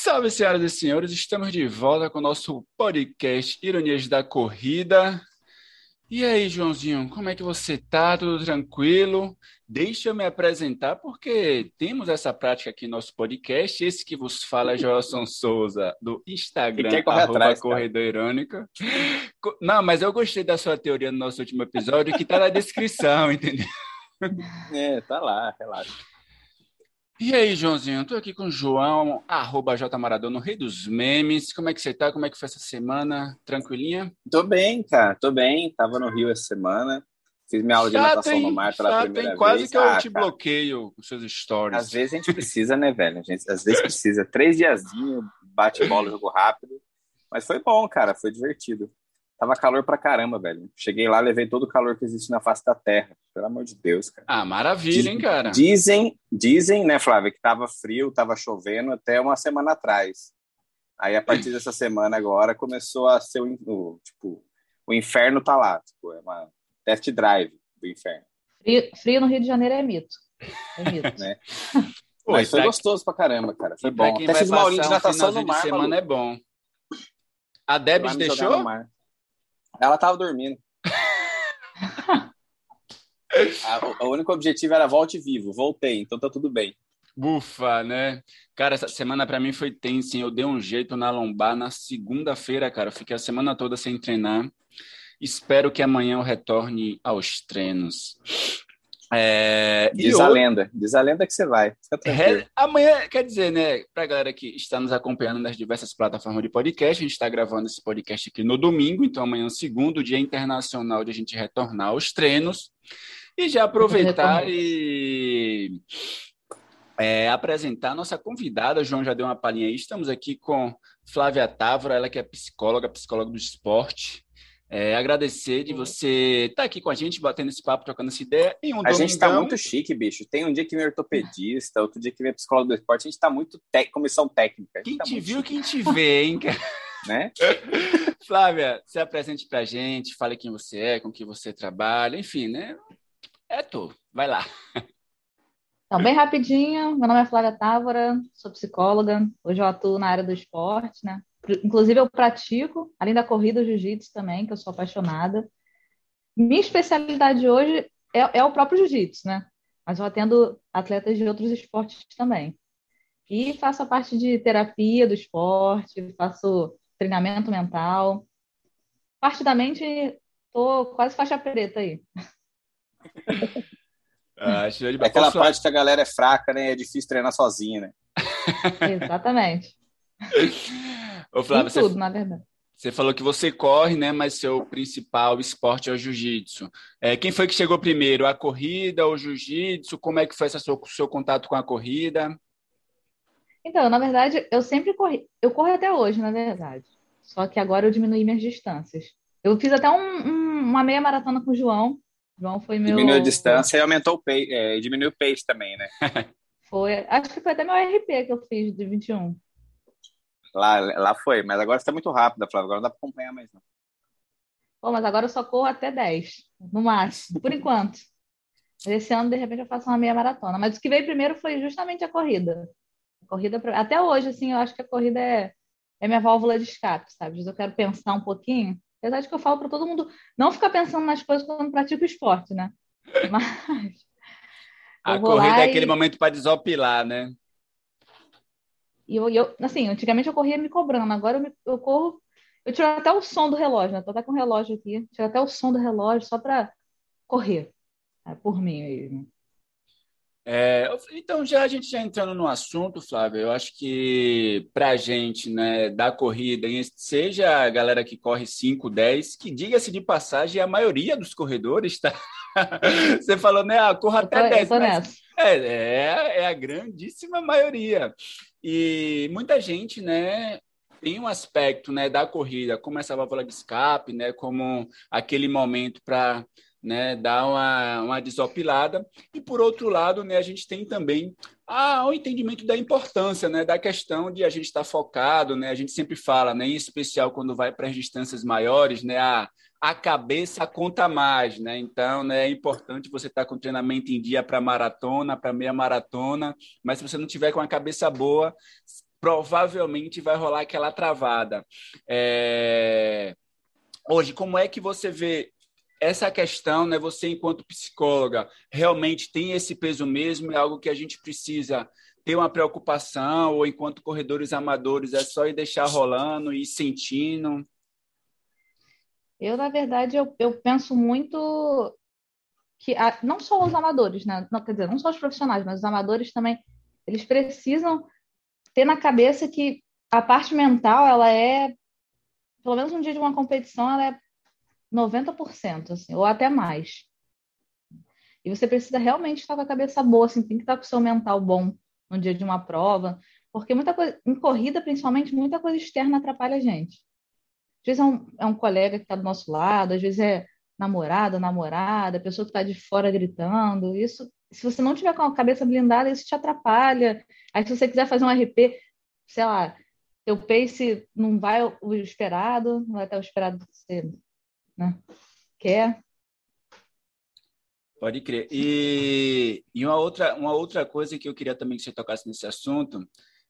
Salve, senhoras e senhores, estamos de volta com o nosso podcast Ironias da Corrida. E aí, Joãozinho, como é que você tá? Tudo tranquilo? Deixa eu me apresentar, porque temos essa prática aqui no nosso podcast. Esse que vos fala é Joelson Souza, do Que Instagram, quer correr atrás, cara. Corredor Irônica. Não, mas eu gostei da sua teoria no nosso último episódio, que tá na descrição, entendeu? Tá lá, relaxa. E aí, Joãozinho, estou aqui com o João, @jmaradona, o rei dos memes. Como é que você tá? Como é que foi essa semana? Tranquilinha? Tô bem, cara, tô bem. Tava no Rio essa semana. Fiz minha aula de natação no mar pela Chato, hein? primeira Quase vez. que eu te Cara, bloqueio com seus às stories. vezes a gente precisa, né, velho? Às vezes precisa. 3 diazinho, bate bola, jogo rápido. Mas foi bom, cara, foi divertido. Tava calor pra caramba, velho. Cheguei lá, levei todo o calor que existe na face da Terra. Pelo amor de Deus, cara. Ah, maravilha, hein, cara? Dizem, né, Flávia, que tava frio, tava chovendo até uma semana atrás. Aí, a partir dessa semana agora, começou a ser o inferno tá lá. Tipo, é uma test drive do inferno, Frio no Rio de Janeiro é mito. É mito. né? Pô, Mas foi gostoso pra caramba, cara. Foi e pra bom. quem Até vai fiz uma aulinha de passar um natação no finalzinho de mar, semana maluco. é bom. A Fui lá Debs me jogar no deixou? mar. Ela tava dormindo. O único objetivo era volte vivo. Voltei, então tá tudo bem. Bufa, né? Cara, essa semana pra mim foi tensa, hein? Eu dei um jeito na lombar na segunda-feira, cara. Eu fiquei a semana toda sem treinar. Espero que amanhã eu retorne aos treinos. Diz a lenda que você vai. Fica tranquilo. Amanhã, quer dizer, né, pra galera que está nos acompanhando nas diversas plataformas de podcast, a gente está gravando esse podcast aqui no domingo, então amanhã é o segundo dia internacional de a gente retornar aos treinos. E já aproveitar e apresentar a nossa convidada. O João já deu uma palhinha aí. Estamos aqui com Flávia Távora, ela que é psicóloga do esporte. Agradecer de você estar aqui com a gente, batendo esse papo, trocando essa ideia em um A gente tá domingão. muito chique, bicho. Tem um dia que vem ortopedista, outro dia que vem psicólogo do esporte. A gente tá muito comissão técnica. Quem Tá te muito viu, chique, quem te vê, hein, cara? né? Flávia, se apresente pra gente, fale quem você é, com que você trabalha, enfim, né? Vai lá. Então, bem rapidinho, meu nome é Flávia Távora, sou psicóloga. Hoje eu atuo na área do esporte, né? Inclusive, eu pratico, além da corrida, o jiu-jitsu também, que eu sou apaixonada. Minha especialidade hoje é o próprio jiu-jitsu, né? Mas eu atendo atletas de outros esportes também. E faço a parte de terapia do esporte, faço treinamento mental. Partidamente, estou quase faixa preta aí. Show de É bola. aquela parte que a galera é fraca, né? É difícil treinar sozinha, né? Exatamente. Ô, Flávia, Em tudo, na verdade. você falou que você corre, né? Mas seu principal esporte é o jiu-jitsu. Quem foi que chegou primeiro? A corrida ou o jiu-jitsu? Como é que foi esse seu contato com a corrida? Então, na verdade, eu sempre corri. Eu corro até hoje, na verdade. Só que agora eu diminuí minhas distâncias. Eu fiz até uma meia maratona com o João. O João foi Diminuiu a meu. distância e aumentou o pace, diminuiu o pace também, né? Acho que foi até meu RP que eu fiz de 21. Lá foi, mas agora você tá muito rápida, Flávia. Agora não dá pra acompanhar mais, não. Pô, mas agora eu só corro até 10, no máximo, por enquanto. Mas esse ano, de repente, eu faço uma meia maratona. Mas o que veio primeiro foi justamente a corrida. Até hoje, assim, eu acho que a corrida é minha válvula de escape, sabe? Às vezes eu quero pensar um pouquinho. Apesar de que eu falo para todo mundo não ficar pensando nas coisas quando pratica o esporte, né? Mas A eu vou corrida lá é aquele momento para desopilar, né? assim, antigamente eu corria me cobrando, agora eu corro, eu tiro até o som do relógio, né? Tô até com o relógio aqui, tiro até o som do relógio só para correr, por mim mesmo. Então, a gente já entrando no assunto, Flávio, eu acho que para a gente, né, da corrida, seja a galera que corre 5, 10, que diga-se de passagem, a maioria dos corredores, tá? Você falou, né, corra até 10, Eu tô mas nessa. é a grandíssima maioria. E muita gente, né, tem um aspecto, né, da corrida, como essa válvula de escape, né, como aquele momento para, né, dar uma desopilada. E, por outro lado, né, a gente tem também o entendimento da importância, né, da questão de a gente estar focado, né, a gente sempre fala, né, em especial quando vai para as distâncias maiores, né, a cabeça conta mais, né? Então, né, é importante você estar com treinamento em dia para maratona, para meia maratona, mas se você não tiver com a cabeça boa, provavelmente vai rolar aquela travada. Hoje, como é que você vê essa questão, né? Você, enquanto psicóloga, realmente tem esse peso mesmo? É algo que a gente precisa ter uma preocupação? Ou, enquanto corredores amadores, é só ir deixar rolando e ir sentindo? Eu, na verdade, eu penso muito que não só os amadores, né? Não, quer dizer, não só os profissionais, mas os amadores também, eles precisam ter na cabeça que a parte mental, ela é, pelo menos um dia de uma competição, ela é 90%, assim, ou até mais. E você precisa realmente estar com a cabeça boa, assim, tem que estar com o seu mental bom no dia de uma prova, porque muita coisa, em corrida, principalmente, muita coisa externa atrapalha a gente. Às vezes é um colega que está do nosso lado, às vezes é namorado, namorada, pessoa que está de fora gritando. Isso, se você não tiver com a cabeça blindada, isso te atrapalha. Aí, se você quiser fazer um RP, sei lá, teu pace não vai o esperado, não vai até o esperado que você, né, quer. Pode crer. E uma outra coisa que eu queria também que você tocasse nesse assunto,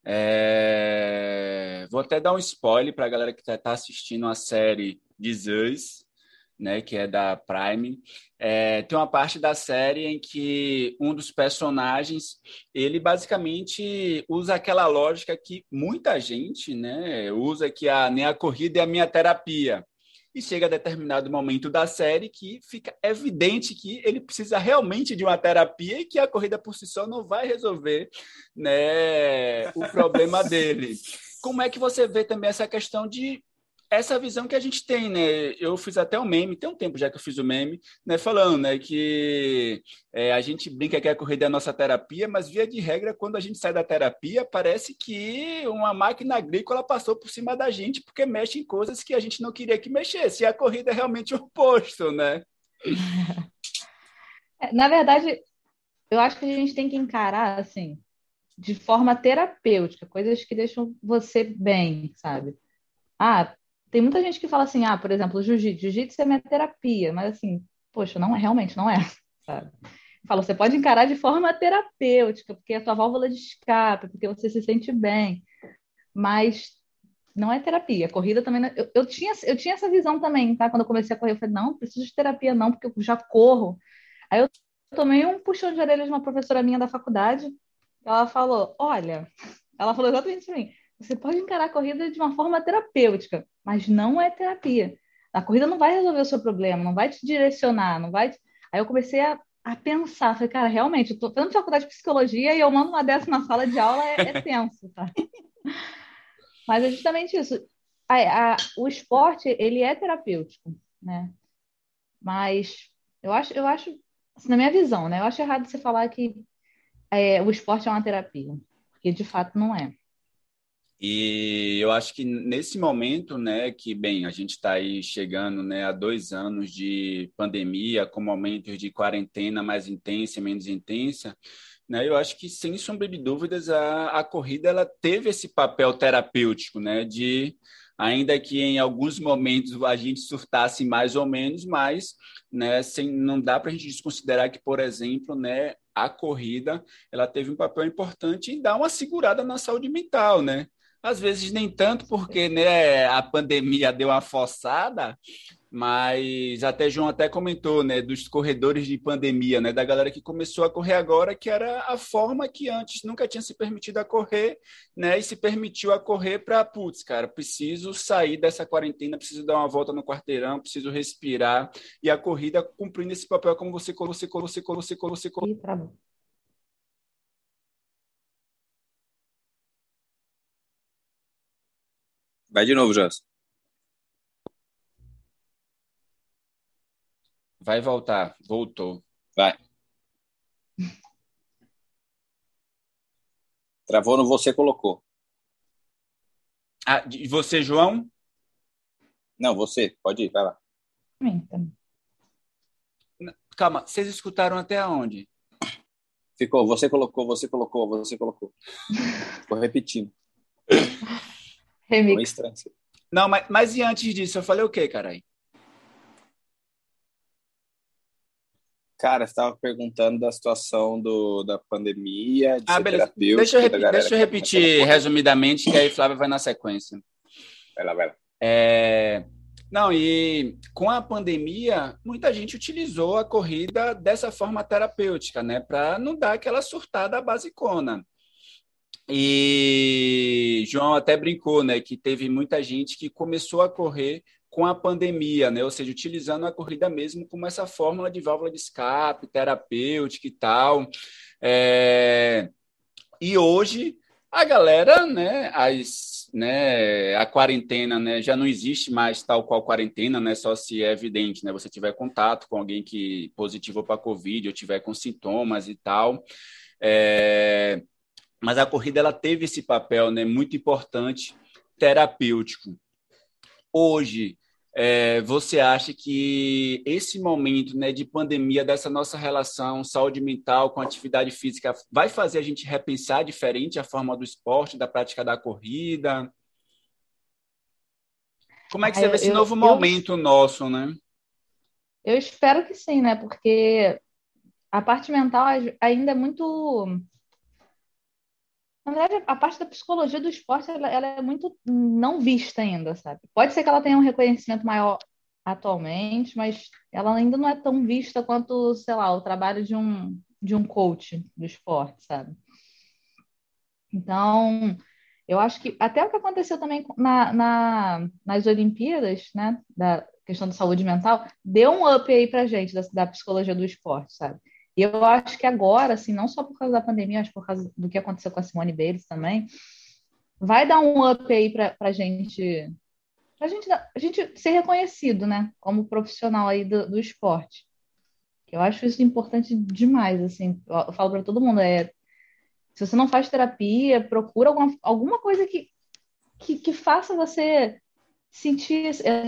vou até dar um spoiler para a galera que está assistindo a série This Is, né, que é da Prime. Tem uma parte da série em que um dos personagens, ele basicamente usa aquela lógica que muita gente, né, usa, que nem a corrida é a minha terapia. E chega a determinado momento da série que fica evidente que ele precisa realmente de uma terapia e que a corrida por si só não vai resolver, né, o problema dele. Como é que você vê também essa questão de essa visão que a gente tem, né? Eu fiz até um meme, tem um tempo já que eu fiz o meme, né? Falando, né, que a gente brinca que a corrida é a nossa terapia, mas via de regra, quando a gente sai da terapia, parece que uma máquina agrícola passou por cima da gente porque mexe em coisas que a gente não queria que mexesse. E a corrida é realmente o oposto, né? Na verdade, eu acho que a gente tem que encarar, assim, de forma terapêutica, coisas que deixam você bem, sabe? Ah, tem muita gente que fala assim, por exemplo, jiu-jitsu. Jiu-jitsu é minha terapia, mas assim, poxa, não, realmente não é, sabe? Fala, você pode encarar de forma terapêutica, porque é a tua válvula de escape, porque você se sente bem, mas não é terapia. A corrida também eu tinha essa visão também, tá? Quando eu comecei a correr, eu falei, não, não preciso de terapia não, porque eu já corro. Aí eu tomei um puxão de orelha de uma professora minha da faculdade, ela falou, olha, ela falou exatamente isso pra mim. Você pode encarar a corrida de uma forma terapêutica, mas não é terapia. A corrida não vai resolver o seu problema, não vai te direcionar, não vai. Aí eu comecei a pensar, falei, cara, realmente, eu tô fazendo faculdade de psicologia e eu mando uma dessa na sala de aula, é tenso, tá? Mas é justamente isso. O esporte, ele é terapêutico, né? Mas eu acho, assim, na minha visão, né? Eu acho errado você falar que o esporte é uma terapia, porque de fato não é. E eu acho que nesse momento, né, que, bem, a gente está aí chegando, né, a 2 anos de pandemia, com momentos de quarentena mais intensa e menos intensa, né, eu acho que, sem sombra de dúvidas, a corrida ela teve esse papel terapêutico, né, de, ainda que em alguns momentos a gente surtasse mais ou menos, mas, né, não dá para a gente desconsiderar que, por exemplo, né, a corrida ela teve um papel importante em dar uma segurada na saúde mental, né? Às vezes nem tanto, porque, né, a pandemia deu uma forçada, mas até João até comentou, né, dos corredores de pandemia, né, da galera que começou a correr agora, que era a forma que antes nunca tinha se permitido a correr, né, e se permitiu a correr para, putz, cara, preciso sair dessa quarentena, preciso dar uma volta no quarteirão, preciso respirar, e a corrida cumprindo esse papel como você E travou. Vai de novo, Joss. vai voltar, voltou. Vai. Travou no você colocou. E você, João? Não, você. Pode ir, vai lá. Também. Calma, vocês escutaram até onde? Ficou, você colocou, você colocou, você colocou. Ficou repetindo. Ficou meio Remix. estranho. Não, mas e antes disso, eu falei o quê, carai? Cara, você estava perguntando da situação da pandemia, de Ah, ser beleza. Deixa eu, terapêutico, da galera deixa eu que tá começando a repetir correr. resumidamente, que aí Flávia vai na sequência. Vai lá, vai lá. É, Não, e com a pandemia, muita gente utilizou a corrida dessa forma terapêutica, né? Para não dar aquela surtada basicona. E João até brincou, né, que teve muita gente que começou a correr com a pandemia, né? Ou seja, utilizando a corrida mesmo como essa fórmula de válvula de escape, terapêutica e tal. É, E hoje a galera, a quarentena, né, já não existe mais tal qual quarentena, né, só se é evidente, né, você tiver contato com alguém que positivou para a Covid ou tiver com sintomas e tal. É, mas a corrida ela teve esse papel, né, muito importante terapêutico. Hoje, você acha que esse momento, né, de pandemia, dessa nossa relação saúde mental com atividade física, vai fazer a gente repensar diferente a forma do esporte, da prática da corrida? Como é que Ah, você vê esse novo eu momento nosso, né? eu espero que sim, né? Porque a parte mental ainda é muito. Na verdade, a parte da psicologia do esporte, ela é muito não vista ainda, sabe? Pode ser que ela tenha um reconhecimento maior atualmente, mas ela ainda não é tão vista quanto, sei lá, o trabalho de um coach do esporte, sabe? Então, eu acho que até o que aconteceu também nas Olimpíadas, né, da questão da saúde mental, deu um up aí pra gente da psicologia do esporte, sabe? E eu acho que agora, assim, não só por causa da pandemia, acho por causa do que aconteceu com a Simone Biles também, vai dar um up aí a gente ser reconhecido, né, como profissional aí do esporte. Eu acho isso importante demais, assim. Eu falo para todo mundo, se você não faz terapia, procura alguma coisa que faça você sentir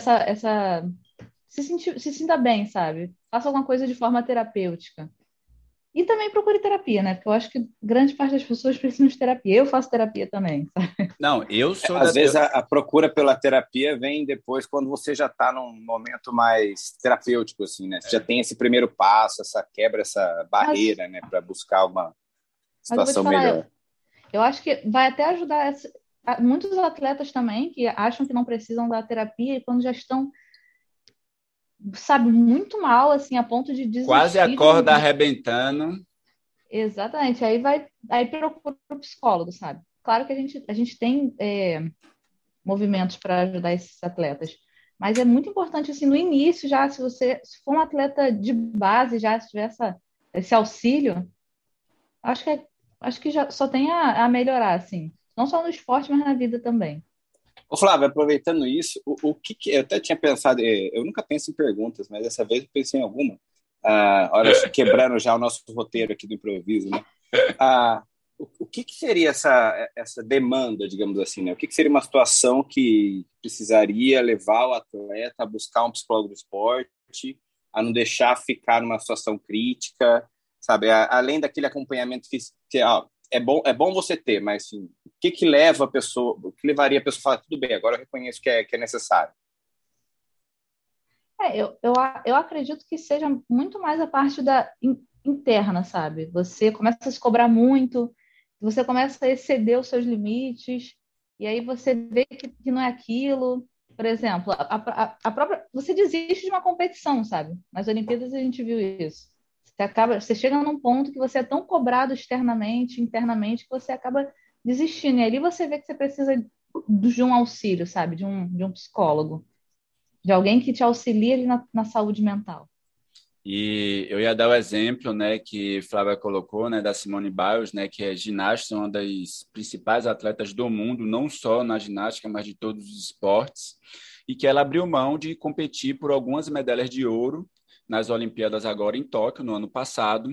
se sinta bem, sabe? Faça alguma coisa de forma terapêutica. E também procure terapia, né? Porque eu acho que grande parte das pessoas precisam de terapia. Eu faço terapia também, sabe? Não, eu sou Às da. vezes a procura pela terapia vem depois quando você já está num momento mais terapêutico, assim, né? Você já tem esse primeiro passo, essa quebra, essa Mas, barreira, né, para buscar uma mas eu vou te situação falar, melhor. eu acho que vai até ajudar muitos atletas também que acham que não precisam da terapia e quando já estão, sabe, muito mal, assim, a ponto de Quase desistir acorda arrebentando. Exatamente, aí procura o psicólogo, sabe? Claro que a gente tem movimentos para ajudar esses atletas, mas é muito importante, assim, no início já, se for um atleta de base, já se tiver esse auxílio, acho que, acho que já só tem a melhorar, assim, não só no esporte, mas na vida também. Ô, Flávio, aproveitando isso, eu até tinha pensado, eu nunca penso em perguntas, mas dessa vez eu pensei em alguma. Olha, quebrando já o nosso roteiro aqui do improviso, né? O que seria essa demanda, digamos assim, né? O que seria uma situação que precisaria levar o atleta a buscar um psicólogo do esporte, a não deixar ficar numa situação crítica, sabe? Além daquele acompanhamento físico, que é bom você ter, mas assim, o que leva a pessoa, o que levaria a pessoa a falar, tudo bem, agora eu reconheço que é necessário. Eu acredito que seja muito mais a parte interna, sabe? Você começa a se cobrar muito, você começa a exceder os seus limites, e aí você vê que não é aquilo. Por exemplo, a própria. Você desiste de uma competição, sabe? Nas Olimpíadas a gente viu isso. Você chega num ponto que você é tão cobrado externamente, internamente, que você acaba desistindo. E ali você vê que você precisa de um auxílio, sabe? De um psicólogo, de alguém que te auxilie ali na saúde mental. E eu ia dar o exemplo, né, que Flávia colocou, né, da Simone Biles, né, que é ginasta, uma das principais atletas do mundo, não só na ginástica, mas de todos os esportes, e que ela abriu mão de competir por algumas medalhas de ouro nas Olimpíadas agora em Tóquio, no ano passado.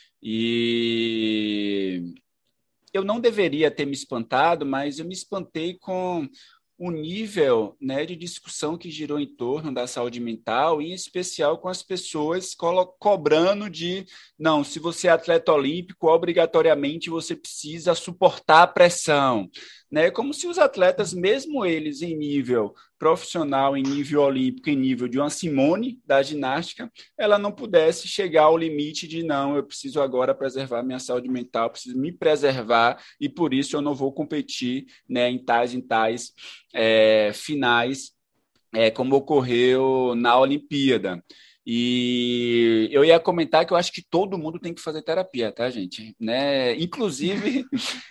E eu não deveria ter me espantado, mas eu me espantei com o nível, né, de discussão que girou em torno da saúde mental, em especial com as pessoas cobrando de, não, se você é atleta olímpico, obrigatoriamente você precisa suportar a pressão, né? Como se os atletas, mesmo eles em nível profissional, em nível olímpico, em nível de uma Simone da ginástica, ela não pudesse chegar ao limite de não, eu preciso agora preservar minha saúde mental, preciso me preservar e por isso eu não vou competir, né, em tais finais, como ocorreu na Olimpíada. E eu ia comentar que eu acho que todo mundo tem que fazer terapia, tá, gente? Né? Inclusive,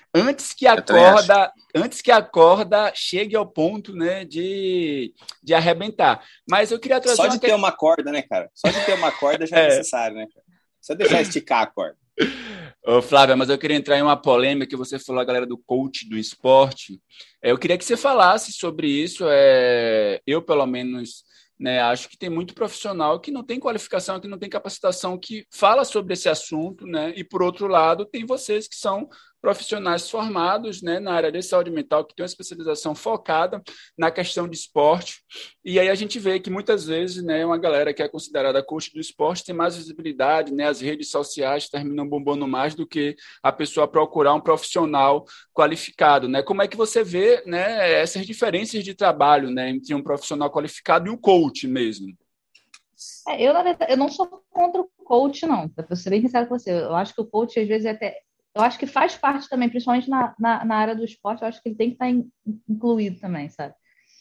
antes que a corda chegue ao ponto, né, de arrebentar. Mas eu queria trazer Só de ter uma corda, né, cara? Só de ter uma corda já é necessário, né, cara? Só deixar esticar a corda. Ô, Flávia, mas eu queria entrar em uma polêmica que você falou, a galera do coach do esporte. Eu queria que você falasse sobre isso. Eu, pelo menos, né, acho que tem muito profissional que não tem qualificação, que não tem capacitação, que fala sobre esse assunto, né? E, por outro lado, tem vocês que são profissionais formados, né, na área de saúde mental, que tem uma especialização focada na questão de esporte. E aí a gente vê que muitas vezes, né, uma galera que é considerada coach do esporte tem mais visibilidade, né, as redes sociais terminam bombando mais do que a pessoa procurar um profissional qualificado, né? Como é que você vê, né, essas diferenças de trabalho, né, entre um profissional qualificado e o coach mesmo? Na verdade, eu não sou contra o coach, não. Para ser bem sincero com você, eu acho que o coach, às vezes, eu acho que faz parte também, principalmente na área do esporte, eu acho que ele tem que estar incluído também, sabe?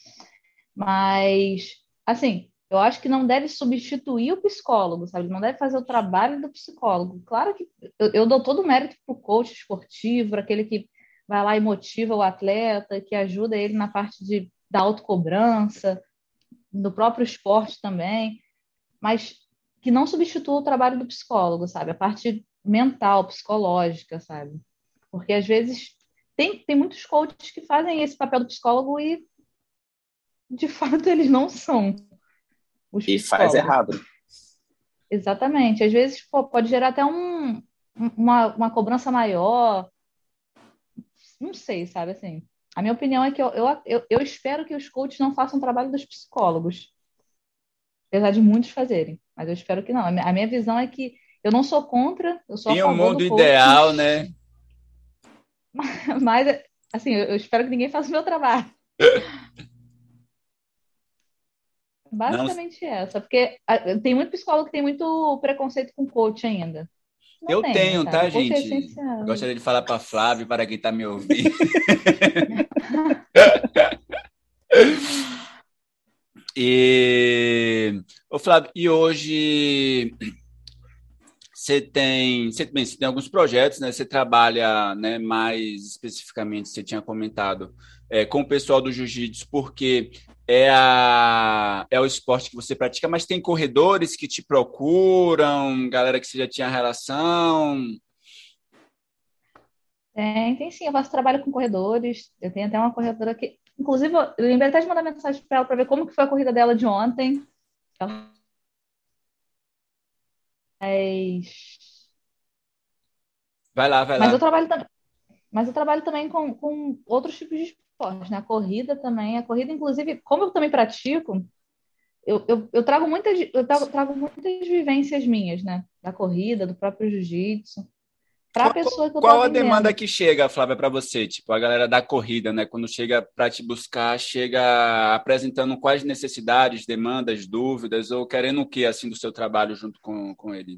Mas, assim, eu acho que não deve substituir o psicólogo, sabe? Não deve fazer o trabalho do psicólogo. Claro que eu dou todo o mérito para o coach esportivo, aquele que vai lá e motiva o atleta, que ajuda ele na parte da autocobrança, do próprio esporte também, mas que não substitua o trabalho do psicólogo, sabe? A parte mental, psicológica, sabe? Porque às vezes tem muitos coaches que fazem esse papel do psicólogo e de fato eles não são os E faz psicólogos. errado. Exatamente. Às vezes pode gerar até uma cobrança maior, não sei, sabe assim. A minha opinião é que eu espero que os coaches não façam o trabalho dos psicólogos, apesar de muitos fazerem, mas eu espero que não. A minha visão é que eu não sou contra, eu sou a Em um favor mundo do coach, ideal, né? mas assim, eu espero que ninguém faça o meu trabalho. Não, Basicamente essa, porque tem muito psicólogo que tem muito preconceito com coach ainda. Não eu tenha, tenho, sabe? tá, O coach é gente? Eu essencial. gostaria de falar para Flávio, para quem está me ouvindo. Ô Flávio, e hoje você tem alguns projetos, né? Você trabalha, né, mais especificamente, você tinha comentado, com o pessoal do jiu-jitsu, porque é o esporte que você pratica, mas tem corredores que te procuram, galera que você já tinha relação. Tem sim, eu faço trabalho com corredores. Eu tenho até uma corredora que, inclusive, eu lembrei até de mandar mensagem para ela para ver como que foi a corrida dela de ontem. Ela faz- Vai lá, vai Mas eu lá. trabalho, mas eu trabalho também com outros tipos de esporte, né? A corrida também. A corrida, inclusive, como eu também pratico, eu trago muitas vivências minhas, né? Da corrida, do próprio jiu-jitsu, para a Qual, pessoa que eu estou qual a demanda atendendo. que chega, Flávia, para você? Tipo, a galera da corrida, né? Quando chega para te buscar, chega apresentando quais necessidades, demandas, dúvidas, ou querendo o quê, assim, do seu trabalho junto com ele?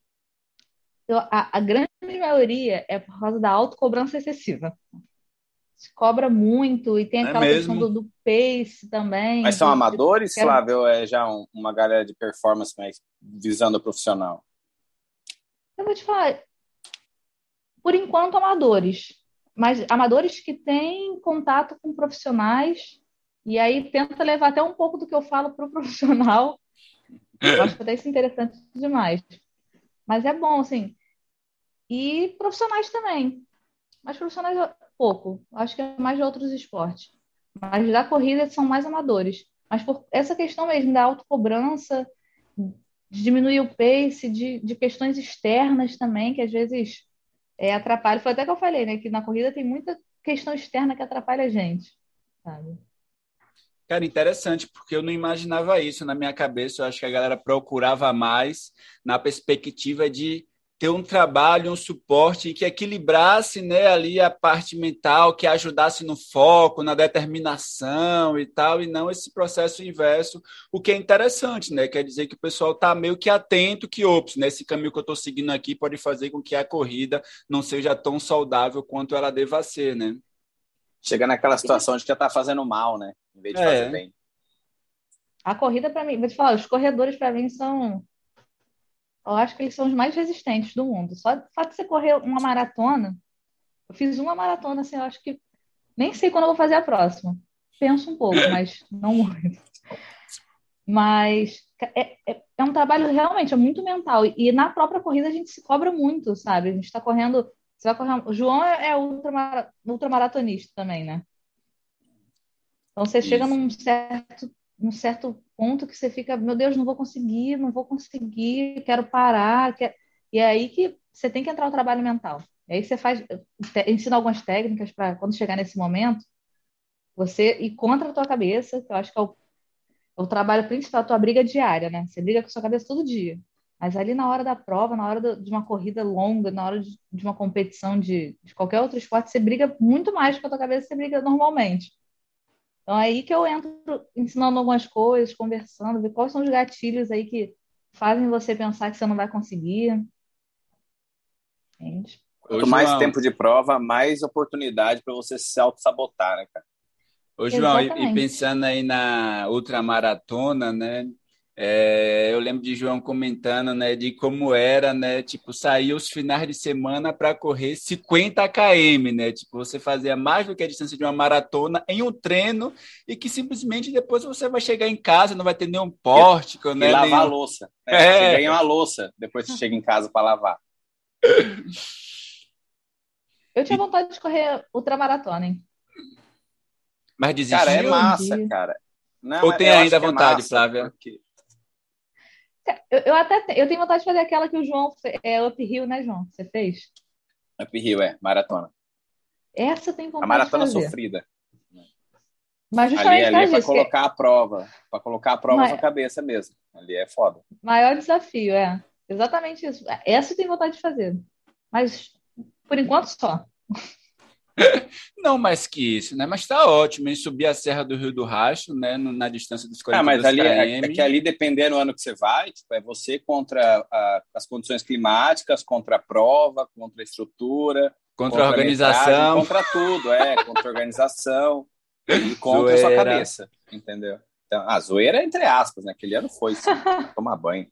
A grande maioria é por causa da autocobrança excessiva. Se cobra muito e tem É aquela questão mesmo? do pace também, Mas são amadores, quero, Flávio, ou é já uma galera de performance mais visando o profissional? eu vou te falar, por enquanto amadores, mas amadores que têm contato com profissionais e aí tenta levar até um pouco do que eu falo para o profissional. Eu acho que até isso é interessante demais. Mas é bom, assim. E profissionais também. Mas profissionais pouco. Acho que é mais de outros esportes. Mas da corrida são mais amadores. Mas por essa questão mesmo da autocobrança, de diminuir o pace, de questões externas também, que às vezes atrapalha. Foi até que eu falei, né? Que na corrida tem muita questão externa que atrapalha a gente, sabe? Cara, interessante, porque eu não imaginava isso na minha cabeça. Eu acho que a galera procurava mais na perspectiva de ter um trabalho, um suporte que equilibrasse, né, ali a parte mental, que ajudasse no foco, na determinação e tal, e não esse processo inverso, o que é interessante, né? Quer dizer que o pessoal está meio que atento que, ops, né, esse caminho que eu estou seguindo aqui pode fazer com que a corrida não seja tão saudável quanto ela deva ser, né? Chega naquela situação de que já tá fazendo mal, né? Em vez de fazer É, bem. A corrida, para mim, vou te falar, os corredores, para mim, são. Eu acho que eles são os mais resistentes do mundo. Só o fato de você correr uma maratona, eu fiz uma maratona, assim, eu acho que nem sei quando eu vou fazer a próxima. Penso um pouco, mas não muito. Mas é um trabalho realmente, é muito mental. E na própria corrida a gente se cobra muito, sabe? A gente está correndo. Você vai correr. O João é ultramaratonista também, né? Então você chega isso. num certo ponto que você fica, meu Deus, não vou conseguir, quero parar. E é aí que você tem que entrar o trabalho mental. E aí você ensina algumas técnicas para quando chegar nesse momento, você ir contra a tua cabeça, que eu acho que é o trabalho principal, a tua briga diária, né? Você briga com a sua cabeça todo dia. Mas ali na hora da prova, na hora de uma corrida longa, na hora de uma competição de qualquer outro esporte, você briga muito mais com a tua cabeça que você briga normalmente. Então é aí que eu entro ensinando algumas coisas, conversando, ver quais são os gatilhos aí que fazem você pensar que você não vai conseguir. Entende? Ô, Quanto mais João, tempo de prova, mais oportunidade para você se auto-sabotar, né, cara? Ô, João, e Exatamente. pensando aí na ultramaratona, né? Eu lembro de João comentando, né, de como era, né, tipo, sair os finais de semana para correr 50 km, né? Tipo, você fazia mais do que a distância de uma maratona em um treino e que simplesmente depois você vai chegar em casa, não vai ter nenhum E, pórtico, e né, lavar a nenhum. louça, né? Você É, ganha uma louça depois que você chega em casa para lavar. Eu tinha e- vontade de correr ultramaratona, hein? mas Cara, é Mas desistiu? um massa, dia. cara. Não, Ou tem eu acho ainda que é vontade, massa, Flávia? porque Eu até eu tenho vontade de fazer aquela que o João uphill, né, João? Você fez? uphill maratona. Essa eu tenho A vontade de maratona fazer. sofrida. Mas Ali, justamente por ali é causa para disso, que colocar a prova, para colocar a prova à sua ma- cabeça mesmo. Ali é foda. maior desafio, é. Exatamente isso. Essa eu tenho vontade de fazer. Mas por enquanto só. Não mais que isso, né? Mas está ótimo em subir a Serra do Rio do Rastro, né? Na distância dos Ah, mas 42 ali é que km, ali, dependendo do ano que você vai, tipo, é você contra as condições climáticas, contra a prova, contra a estrutura, contra a contra a metragem, organização, contra tudo, contra a organização e contra a sua zoeira. cabeça, entendeu? Então, a zoeira, entre aspas, né? Aquele ano foi, sim, pra tomar banho.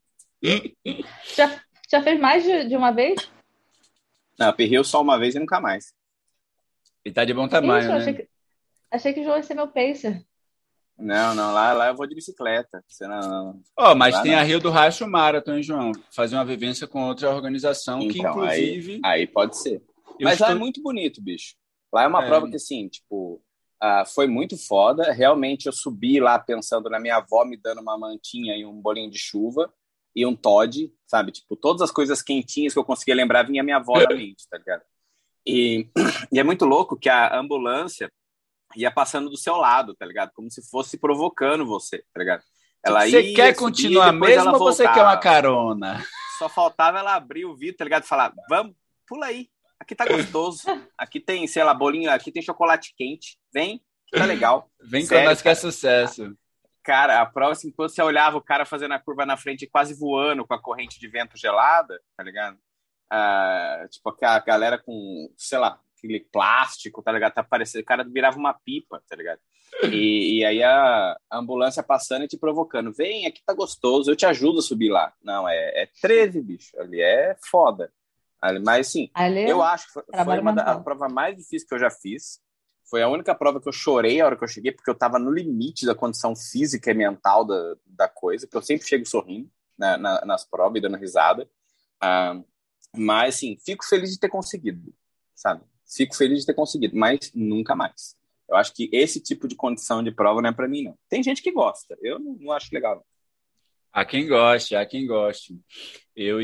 Já fez mais de uma vez? Não, eu perrei só uma vez e nunca mais. E tá de bom Que isso? tamanho, Eu né? achei que o João ia ser meu pacer. Não, não, lá eu vou de bicicleta. Você não, Ó, mas lá tem a não. Rio do Rastro Marathon, hein, João? Fazer uma vivência com outra organização que, Então, aí, inclusive, aí pode ser. eu Mas lá é estou. muito bonito, bicho. Lá é uma É, prova que, assim, tipo, foi muito foda. Realmente, eu subi lá pensando na minha avó me dando uma mantinha e um bolinho de chuva e um Toddy, sabe? Tipo, todas as coisas quentinhas que eu conseguia lembrar vinha minha avó na mente, tá ligado? E, e é muito louco que a ambulância ia passando do seu lado, tá ligado? Como se fosse provocando você, tá ligado? tipo, Ela você ia, quer subia e continuar depois ela mesmo ou você quer uma voltava. carona? Só faltava ela abrir o vidro, tá ligado? E falar, vamos, pula aí. Aqui tá gostoso. Aqui tem, sei lá, bolinho, aqui tem chocolate quente. Vem, que tá legal. Vem com Sério, nós que é cara. sucesso. Cara, a prova, assim, quando você olhava o cara fazendo a curva na frente, quase voando com a corrente de vento gelada, tá ligado? Tipo, a galera com, sei lá, aquele plástico, tá ligado? Tá parecendo, o cara virava uma pipa, tá ligado? E aí a ambulância passando e te provocando. Vem, aqui tá gostoso, eu te ajudo a subir lá. Não, é 13, bicho. Ali é foda. Mas, sim, Ali eu é acho que foi trabalho a mental. prova mais difícil que eu já fiz. Foi a única prova que eu chorei a hora que eu cheguei, porque eu tava no limite da condição física e mental da coisa, porque eu sempre chego sorrindo nas provas e dando risada. Ah, mas, assim, fico feliz de ter conseguido, sabe? Fico feliz de ter conseguido, mas nunca mais. Eu acho que esse tipo de condição de prova não é para mim, não. Tem gente que gosta, eu não acho legal. Não. Há quem goste, há quem goste. Eu,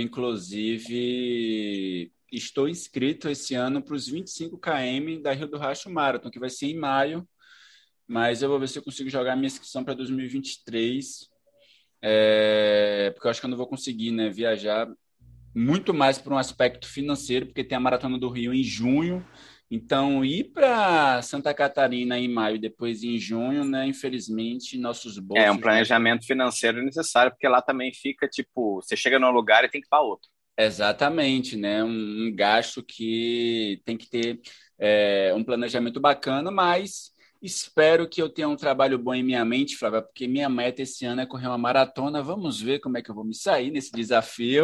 inclusive, estou inscrito esse ano para os 25 km da Rio do Rastro Marathon, que vai ser em maio, mas eu vou ver se eu consigo jogar minha inscrição para 2023, porque eu acho que eu não vou conseguir, né, viajar muito mais por um aspecto financeiro, porque tem a Maratona do Rio em junho. Então, ir para Santa Catarina em maio e depois em junho, né? Infelizmente, nossos É um bolsos, né? planejamento financeiro necessário, porque lá também fica, tipo, você chega num lugar e tem que ir para outro. Exatamente, né? Um gasto que tem que ter um planejamento bacana, mas espero que eu tenha um trabalho bom em minha mente, Flávia, porque minha meta esse ano é correr uma maratona. Vamos ver como é que eu vou me sair nesse desafio.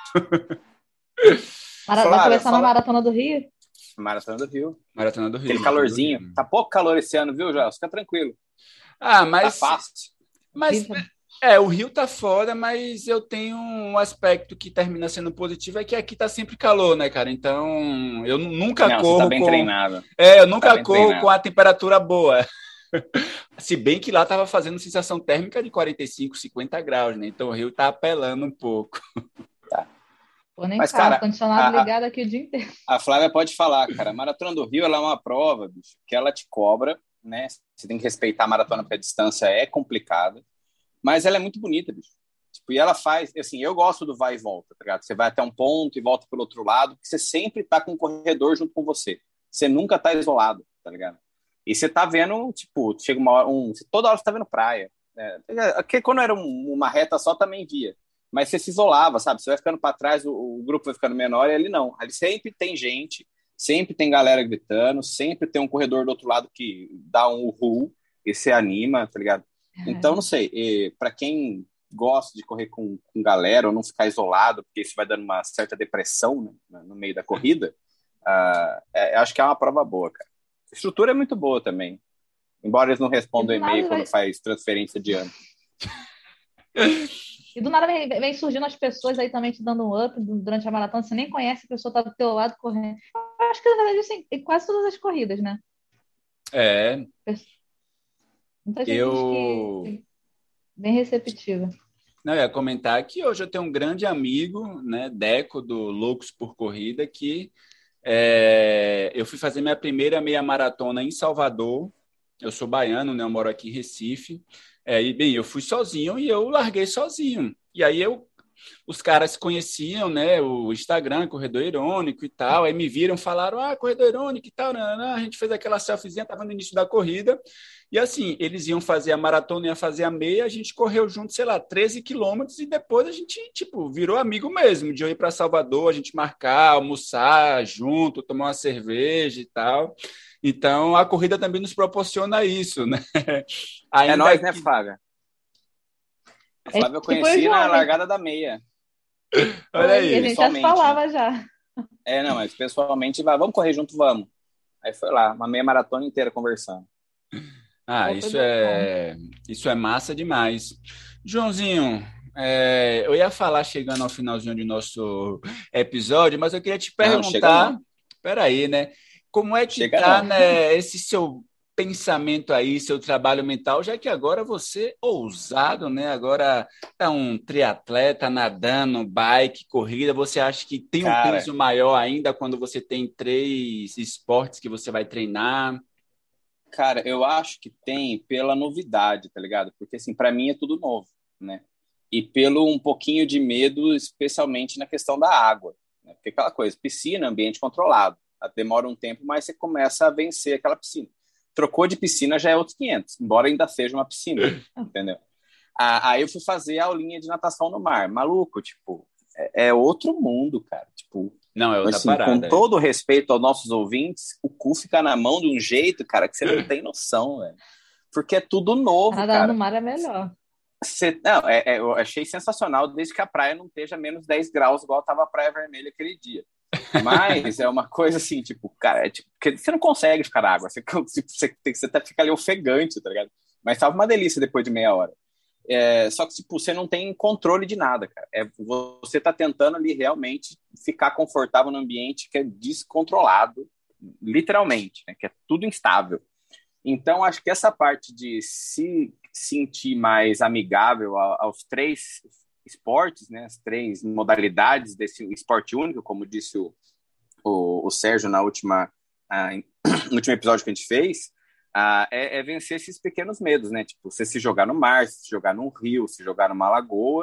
Vai Flávia, começar na fala Maratona do Rio? Maratona do Rio. Maratona do Rio, Aquele Maratona do Rio. calorzinho. Tá pouco calor esse ano, viu, Joel? Fica tranquilo. Ah, Tá mas fácil. Mas Horrível. o Rio tá foda, mas eu tenho um aspecto que termina sendo positivo, é que aqui tá sempre calor, né, cara? Então, eu nunca Não, você tá corro bem com. treinado. Eu Tá nunca bem corro com treinado. a temperatura boa. Se bem que lá tava fazendo sensação térmica de 45, 50 graus, né? Então o Rio tá apelando um pouco. Tá. Pô, nem Mas, fala, cara, ar-condicionado a, ligado aqui o dia inteiro. a Flávia pode falar, cara. A Maratona do Rio ela é uma prova, bicho, que ela te cobra, né? Você tem que respeitar a maratona porque a distância é complicada, mas ela é muito bonita, bicho. Tipo, e ela faz, assim, eu gosto do vai e volta, tá ligado? Você vai até um ponto e volta pelo outro lado, porque você sempre tá com um corredor junto com você. Você nunca tá isolado, tá ligado? E você tá vendo, tipo, chega uma hora, toda hora você tá vendo praia. Né? Porque quando era uma reta só, também via. Mas você se isolava, sabe? Você vai ficando para trás, o grupo vai ficando menor, e ali não. Ali sempre tem gente, sempre tem galera gritando, sempre tem um corredor do outro lado que dá um uhul e você anima, tá ligado? Então, não sei, para quem gosta de correr com galera ou não ficar isolado, porque isso vai dando uma certa depressão, né, no meio da corrida, acho que é uma prova boa, cara. A estrutura é muito boa também, embora eles não E respondam do e-mail nada, quando faz transferência de ano. vem surgindo as pessoas aí também te dando um up durante a maratona. Você nem conhece a pessoa tá do teu lado correndo. Eu acho que na verdade isso em quase todas as corridas, né? É, Muita gente eu. que bem receptiva. Não, eu ia comentar que hoje eu tenho um grande amigo, né, Deco, do Loucos por Corrida, que eu fui fazer minha primeira meia maratona em Salvador. Eu sou baiano, né? Eu moro aqui em Recife. E bem, eu fui sozinho e eu larguei sozinho. E aí os caras conheciam, né? O Instagram, Corredor Irônico e tal. Aí me viram, falaram, Corredor Irônico e tal. A gente fez aquela selfiezinha, tava no início da corrida. E assim, eles iam fazer a maratona, ia fazer a meia, a gente correu junto, sei lá, 13 quilômetros e depois a gente, tipo, virou amigo mesmo, de eu ir para Salvador, a gente marcar, almoçar junto, tomar uma cerveja e tal. Então, a corrida também nos proporciona isso, né? É Ainda nóis, né, que. Flávia? A É Flávia eu tipo o conheci na João, hein? largada da meia. Olha Foi, e a aí. gente já se Pessoalmente, né? falava já. Não, mas pessoalmente, vamos correr junto, vamos. Aí foi lá, uma meia maratona inteira conversando. Pô, foi bom. Isso é massa demais. Joãozinho, eu ia falar chegando ao finalzinho de nosso episódio, mas eu queria te Não, chega perguntar, não. peraí, né? Como é que Chega tá, não. né, esse seu pensamento aí, seu trabalho mental, já que agora você é ousado, né? Agora tá um triatleta nadando, bike, corrida. Você acha que tem um Cara, peso maior ainda quando você tem três esportes que você vai treinar? cara, eu acho que tem pela novidade, tá ligado? Porque, assim, para mim é tudo novo, né? E pelo um pouquinho de medo, especialmente na questão da água, né? Porque aquela coisa, piscina, ambiente controlado. Demora um tempo, mas você começa a vencer aquela piscina. Trocou de piscina já é outros 500, embora ainda seja uma piscina, entendeu? Aí eu fui fazer a aulinha de natação no mar. Maluco, tipo, é outro mundo, cara. Tipo, Não, é outra assim, com parada. É. todo respeito aos nossos ouvintes, o cu fica na mão de um jeito, cara, que você não tem noção, velho. Porque é tudo novo, Nadar no cara. mar é melhor. Não, eu achei sensacional desde que a praia não esteja menos 10 graus, igual estava a Praia Vermelha aquele dia. Mas é uma coisa assim, tipo, cara, porque você não consegue ficar na água, você até fica ali ofegante, tá ligado? Mas tava uma delícia depois de meia hora. Só que, tipo, você não tem controle de nada, cara. Você tá tentando ali realmente ficar confortável no ambiente que é descontrolado, literalmente, né? Que é tudo instável. Então, acho que essa parte de se sentir mais amigável aos três esportes, né? As três modalidades desse esporte único, como disse o Sérgio no último episódio que a gente fez, é vencer esses pequenos medos, né? Tipo, você se jogar no mar, se jogar num rio, se jogar numa lagoa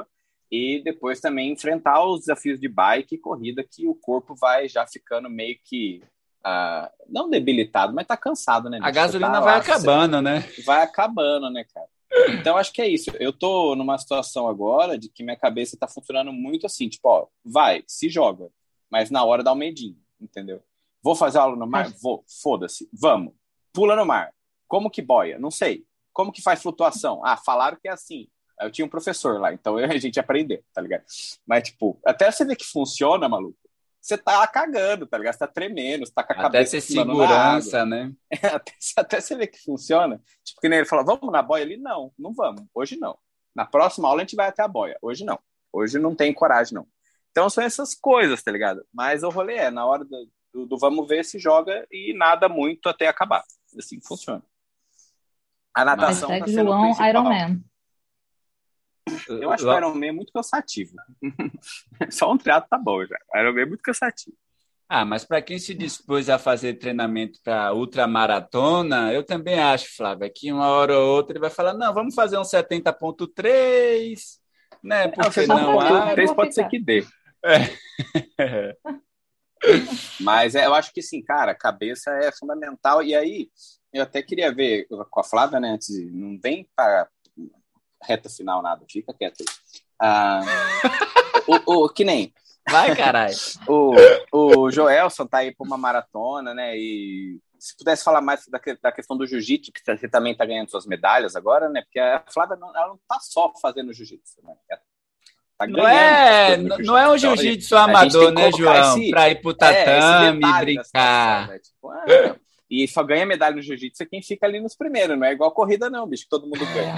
e depois também enfrentar os desafios de bike e corrida, que o corpo vai já ficando meio que, não debilitado, mas tá cansado, né, A bicho? Você gasolina tá vai lá, acabando, né? vai acabando, né, cara? Então, acho que é isso. Eu tô numa situação agora de que minha cabeça tá funcionando muito assim, tipo, ó, vai, se joga, mas na hora dá um medinho, entendeu? Vou fazer aula no mar? Vou, foda-se, vamos. Pula no mar. Como que boia? Não sei. Como que faz flutuação? Falaram que é assim. Eu tinha um professor lá, então a gente aprendeu, tá ligado? Mas, tipo, até você ver que funciona, maluco, você tá cagando, tá ligado? Você tá tremendo, você tá com a Até cabeça ter afundando na água. segurança, né? Até você ver que funciona. Tipo, que nem ele falou, vamos na boia ali? Não, não vamos. Hoje não. Na próxima aula a gente vai até a boia. Hoje não. Hoje não tem coragem, não. Então são essas coisas, tá ligado? Mas o rolê na hora do vamos ver se joga e nada muito até acabar. Assim funciona. A natação tá Hashtag sendo o João principal. Ironman. Eu acho que o Ironman é muito cansativo. Só um triatlo tá bom já. O Ironman é muito cansativo. Mas para quem se dispôs a fazer treinamento para ultramaratona, eu também acho, Flávio, que uma hora ou outra ele vai falar, não, vamos fazer um 70,3, né? Porque não, três pode ser que dê. É. Mas eu acho que, assim, cara, cabeça é fundamental. E aí, eu até queria ver com a Flávia, né, antes de, não vem para reta final nada, fica quieto aí. Que nem... Vai, caralho. O Joelson tá aí por uma maratona, né, e se pudesse falar mais da questão do jiu-jitsu, que você também tá ganhando suas medalhas agora, né, porque a Flávia ela não tá só fazendo jiu-jitsu, né, tá não é um jiu-jitsu amador, né, João? Para ir pro tatame, brincar. Situação, né? Tipo, e só ganha medalha no jiu-jitsu quem fica ali nos primeiros, não é igual corrida não, bicho, que todo mundo ganha.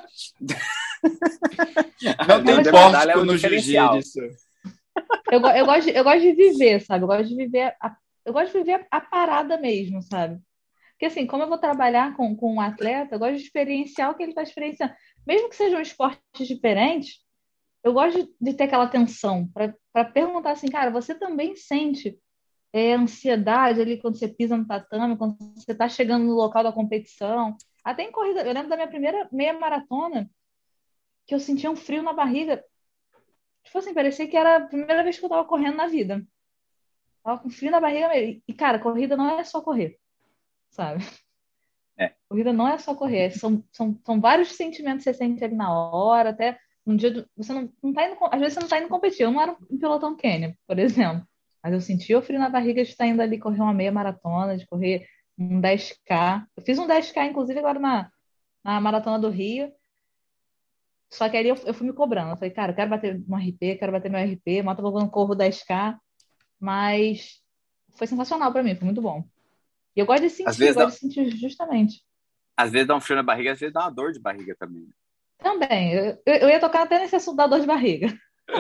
Não tem pórtico no jiu-jitsu. Eu gosto de viver, sabe? Eu gosto de viver a parada mesmo, sabe? Porque assim, como eu vou trabalhar com um atleta, eu gosto de experienciar o que ele está experienciando. Mesmo que sejam esportes diferentes, eu gosto de ter aquela atenção para perguntar assim, cara, você também sente ansiedade ali quando você pisa no tatame, quando você está chegando no local da competição? Até em corrida, eu lembro da minha primeira meia maratona, que eu sentia um frio na barriga. Tipo assim, parecia que era a primeira vez que eu tava correndo na vida. Tava com frio na barriga mesmo. E, cara, corrida não é só correr, sabe? Corrida não é só correr. São vários sentimentos que você sente ali na hora, até um dia você não tá indo, às vezes você não tá indo competir. Eu não era um pilotão Canyon, por exemplo. Mas eu sentia o frio na barriga de estar indo ali correr uma meia maratona, de correr um 10K. Eu fiz um 10K, inclusive, agora na Maratona do Rio. Só que aí eu fui me cobrando. Eu falei, cara, eu quero bater no RP, quero bater meu RP, mata eu corro 10K. Mas foi sensacional pra mim, foi muito bom. E eu gosto de sentir justamente. Às vezes dá um frio na barriga, às vezes dá uma dor de barriga também. Também. Eu ia tocar até nesse assunto da dor de barriga.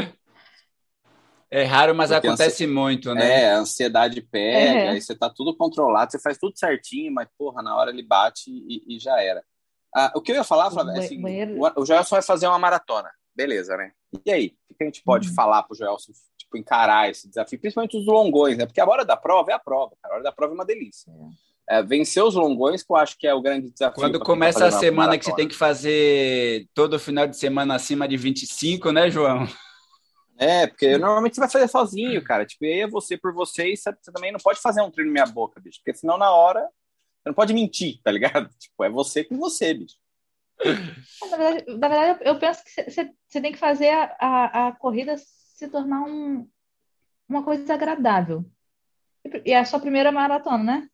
É raro, mas porque acontece muito, né? A ansiedade pega, aí você tá tudo controlado, você faz tudo certinho, mas, porra, na hora ele bate e já era. O que eu ia falar, Flávio, é assim, o Joelson vai fazer uma maratona, beleza, né? E aí, o que a gente pode falar pro Joelson, tipo, encarar esse desafio? Principalmente os longões, né? Porque a hora da prova é a prova, cara. A hora da prova é uma delícia. Vencer os longões, que eu acho que é o grande desafio. Quando começa a semana que você tem que fazer todo final de semana acima de 25, né, João? Porque normalmente você vai fazer sozinho, cara. Tipo, e aí é você por você e você também não pode fazer um treino meia boca, bicho. Porque senão na hora você não pode mentir, tá ligado? Tipo, é você com você, bicho. Na verdade eu penso que você tem que fazer a corrida se tornar uma coisa agradável. E é a sua primeira maratona, né?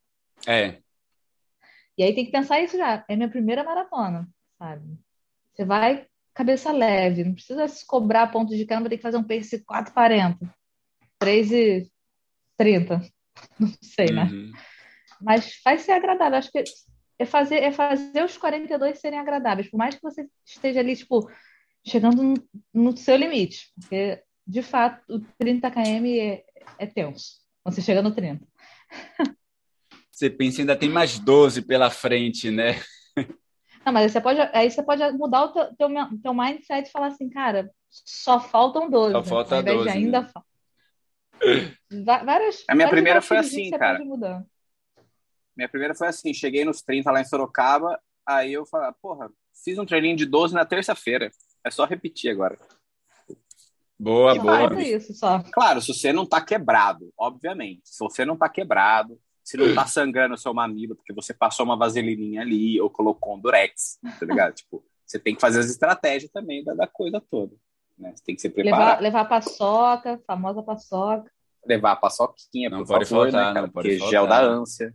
E aí tem que pensar isso já. É minha primeira maratona, sabe? Você vai cabeça leve, não precisa se cobrar a ponto de caramba, tem que fazer um pace 4:40, 3:30, não sei, né? Mas vai ser agradável, acho que é fazer os 42 serem agradáveis, por mais que você esteja ali, tipo, chegando no seu limite, porque, de fato, o 30 km é tenso, quando você chega no 30. Você pensa, ainda tem mais 12 pela frente, né? Não, mas aí você pode mudar o teu mindset e falar assim, cara, só faltam 12. Só falta ao invés 12, de ainda né? A minha primeira foi assim, cara. Minha primeira foi assim, cheguei nos 30 lá em Sorocaba, aí eu falei, porra, fiz um treininho de 12 na terça-feira. É só repetir agora. Boa, Só boa. falta isso, só. Claro, se você não tá quebrado, obviamente. Se você não tá quebrado, se não tá sangrando o seu mamilo, porque você passou uma vaselininha ali ou colocou um durex, tá ligado? Tipo, você tem que fazer as estratégias também da coisa toda, né? Você tem que se Levar, preparar. levar a paçoca, famosa paçoca. Levar a paçoquinha, Não por pode favor, né, faltar, cara? não pode Porque gel da faltar. ânsia.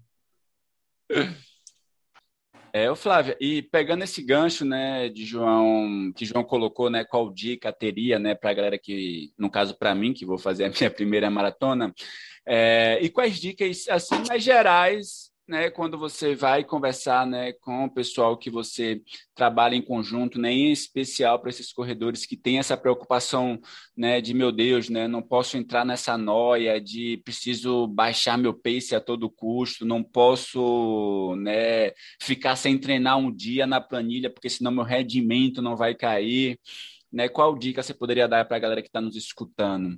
Ô Flávia, e pegando esse gancho, né, de João, que João colocou, né, qual dica teria, né, para a galera que, no caso para mim, que vou fazer a minha primeira maratona, e quais dicas, assim, mais gerais, né, quando você vai conversar, né, com o pessoal que você trabalha em conjunto, né, em especial para esses corredores que têm essa preocupação, né, de meu Deus, né, não posso entrar nessa noia de preciso baixar meu pace a todo custo, não posso, né, ficar sem treinar um dia na planilha, porque senão meu rendimento não vai cair, né? Qual dica você poderia dar para a galera que está nos escutando?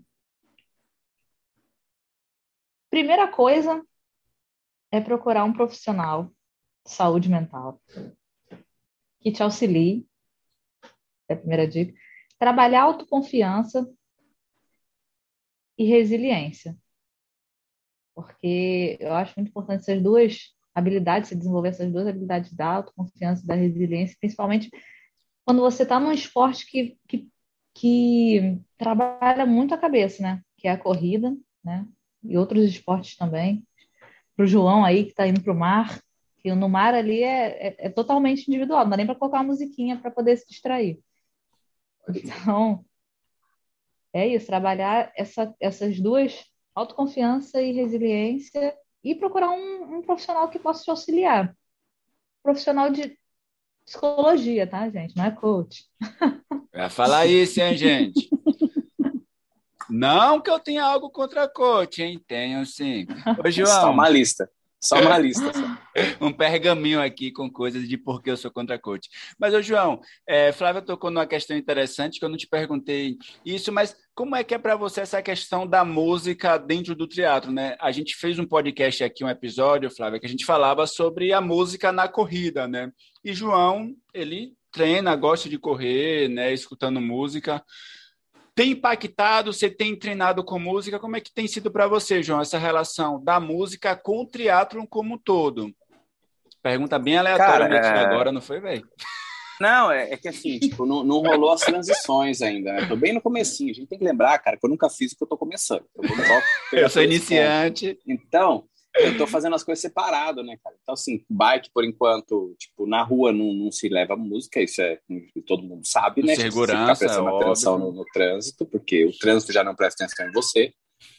Primeira coisa é procurar um profissional de saúde mental que te auxilie, é a primeira dica. Trabalhar autoconfiança e resiliência, porque eu acho muito importante essas duas habilidades, se desenvolver essas duas habilidades da autoconfiança e da resiliência, principalmente quando você está num esporte que trabalha muito a cabeça, né? Que é a corrida, né? E outros esportes também. Para o João aí que está indo para o mar, que no mar ali é totalmente individual, não dá nem para colocar uma musiquinha para poder se distrair. Então, é isso, trabalhar essas duas, autoconfiança e resiliência, e procurar um profissional que possa te auxiliar. Profissional de psicologia, tá, gente? Não é coach. Vai falar isso, hein, gente? Não que eu tenha algo contra coach, hein? Tenho sim. Ô, Só João, uma lista. Só uma lista, só. um pergaminho aqui com coisas de por que eu sou contra coach. Mas, ô João, Flávia tocou numa questão interessante que eu não te perguntei isso, mas como é que é para você essa questão da música dentro do triatlo, né? A gente fez um podcast aqui, um episódio, Flávia, que a gente falava sobre a música na corrida, né? E João, ele treina, gosta de correr, né? Escutando música. Tem impactado? Você tem treinado com música? Como é que tem sido para você, João, essa relação da música com o triatlon como um todo? Pergunta bem aleatória Cara, eu meti agora, não foi, velho? não, é que assim, tipo, não rolou as transições ainda, né? Tô bem no comecinho. A gente tem que lembrar, cara, que eu nunca fiz o que eu tô começando. Então vamos só Eu pegar sou por esse ponto. iniciante. Então, eu tô fazendo as coisas separado, né, cara? Então, assim, bike, por enquanto, tipo, na rua não se leva música, isso é, todo mundo sabe, Com né? Tipo, você ficar segurança, é prestando atenção óbvio. no trânsito, porque o trânsito já não presta atenção em você.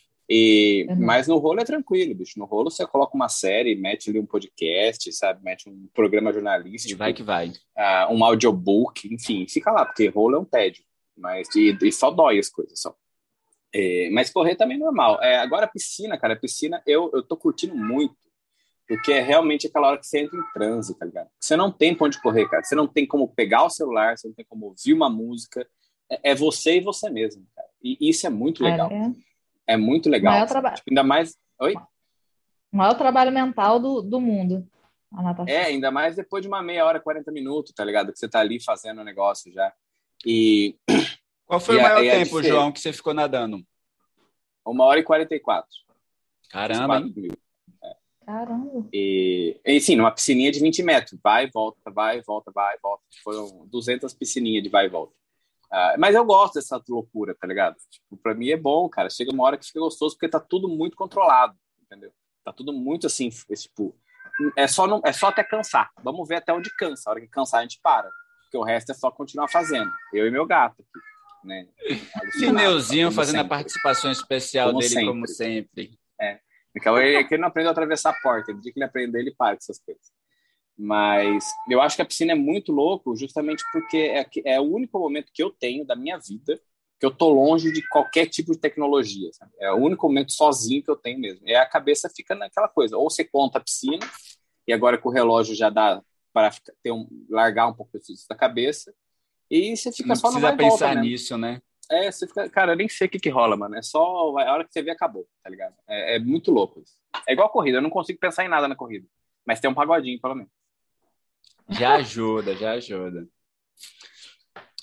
Eu não. Mas no rolo é tranquilo, bicho. No rolo você coloca uma série, mete ali um podcast, sabe? Mete um programa E vai jornalístico, que vai. um audiobook, enfim, fica lá, porque rolo é um tédio. Mas, e só dói as coisas, só. Mas correr também é normal. Agora, a piscina, cara, a piscina eu tô curtindo muito, porque é realmente aquela hora que você entra em transe, tá ligado? Você não tem pra onde correr, cara. Você não tem como pegar o celular, você não tem como ouvir uma música. É você e você mesmo, cara. E isso é muito legal. É É muito o legal, sabe? Tipo, ainda mais. Oi? maior trabalho mental do mundo, a natação. Ainda mais depois de uma meia hora, 40 minutos, tá ligado? Que você tá ali fazendo o negócio já. E, Qual foi e, o a, maior e a tempo, diferença. João, que você ficou nadando? 1 hora e 44. Fiz Caramba, 4 hein? mil. Caramba. E sim, numa piscininha de 20 metros. Vai, volta, vai, volta, vai, volta. Foram 200 piscininhas de vai e volta. Mas eu gosto dessa loucura, tá ligado? Tipo, pra mim é bom, cara. Chega uma hora que fica gostoso porque tá tudo muito controlado, entendeu? Tá tudo muito assim, tipo, é só até cansar. Vamos ver até onde cansa. A hora que cansar a gente para, porque o resto é só continuar fazendo. Eu e meu gato aqui, né? Alucinado, Lineuzinho como fazendo a sempre. participação especial Como dele, como sempre. sempre. Então, ele não aprendeu a atravessar a porta. No dia que ele aprender, ele para com essas coisas. Mas eu acho que a piscina é muito louco, justamente porque é o único momento que eu tenho da minha vida que eu tô longe de qualquer tipo de tecnologia. Sabe? É o único momento sozinho que eu tenho mesmo. E a cabeça fica naquela coisa. Ou você conta a piscina, e agora com o relógio já dá para largar um pouco isso da cabeça, e você Você fica não só no precisa vai e volta pensar mesmo. nisso, né? Você fica, cara, eu nem sei o que rola, mano. É só a hora que você vê, acabou, tá ligado? É muito louco isso. É igual a corrida, eu não consigo pensar em nada na corrida. Mas tem um pagodinho, pelo menos. Já ajuda, já ajuda.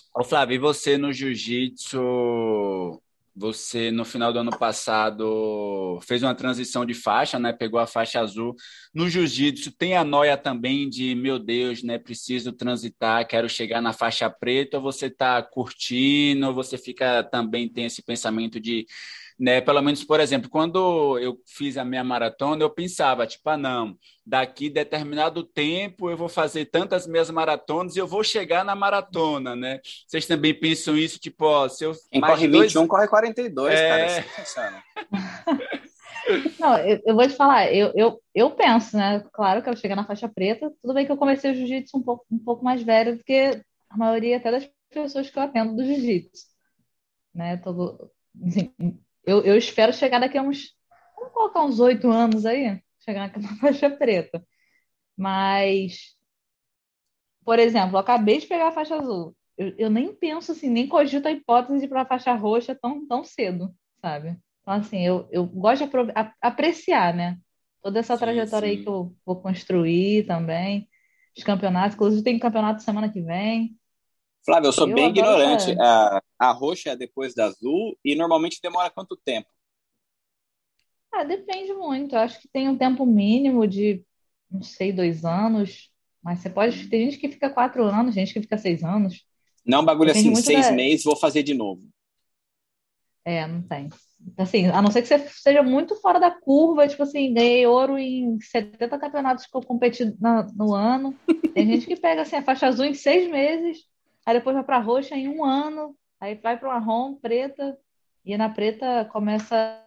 Ô, Flávio, e você no jiu-jitsu, você no final do ano passado fez uma transição de faixa, né? Pegou a faixa azul. No jiu-jitsu tem a noia também de, meu Deus, né? Preciso transitar, quero chegar na faixa preta, ou você tá curtindo, ou você fica também tem esse pensamento de, né? Pelo menos, por exemplo, quando eu fiz a minha maratona, eu pensava, tipo, ah, não, daqui determinado tempo eu vou fazer tantas minhas maratonas e eu vou chegar na maratona, né? Vocês também pensam isso, tipo, ó, se eu Quem mais corre dois. 21 corre 42, cara. É É, assim que funciona. Não, eu vou te falar, eu penso, né? Claro que eu chegar na faixa preta, tudo bem que eu comecei o jiu-jitsu um pouco mais velho do que a maioria até das pessoas que eu atendo do jiu-jitsu, né? Assim, eu espero chegar daqui a uns, vamos colocar uns 8 anos aí, chegar na faixa preta. Mas, por exemplo, eu acabei de pegar a faixa azul. Eu nem penso assim, nem cogito a hipótese de ir para a faixa roxa tão cedo, sabe? Então, assim, eu gosto de apreciar, né? Toda essa sim, trajetória aí que sim. eu vou construir também. Os campeonatos, inclusive tem campeonato semana que vem. Flávio, eu sou Eu bem adoro ignorante. essa. A roxa é depois da azul e normalmente demora quanto tempo? Ah, depende muito. Eu acho que tem um tempo mínimo de, não sei, 2 anos. Mas você pode. Tem gente que fica 4 anos, gente que fica 6 anos. Não é um bagulho Depende assim, muito 6 meses, vou fazer de novo. Não tem. Assim, a não ser que você seja muito fora da curva, tipo assim, ganhei ouro em 70 campeonatos que eu competi no ano. Tem gente que pega assim, a faixa azul em 6 meses, aí depois vai para roxa em um ano, aí vai para marrom, preta, e na preta começa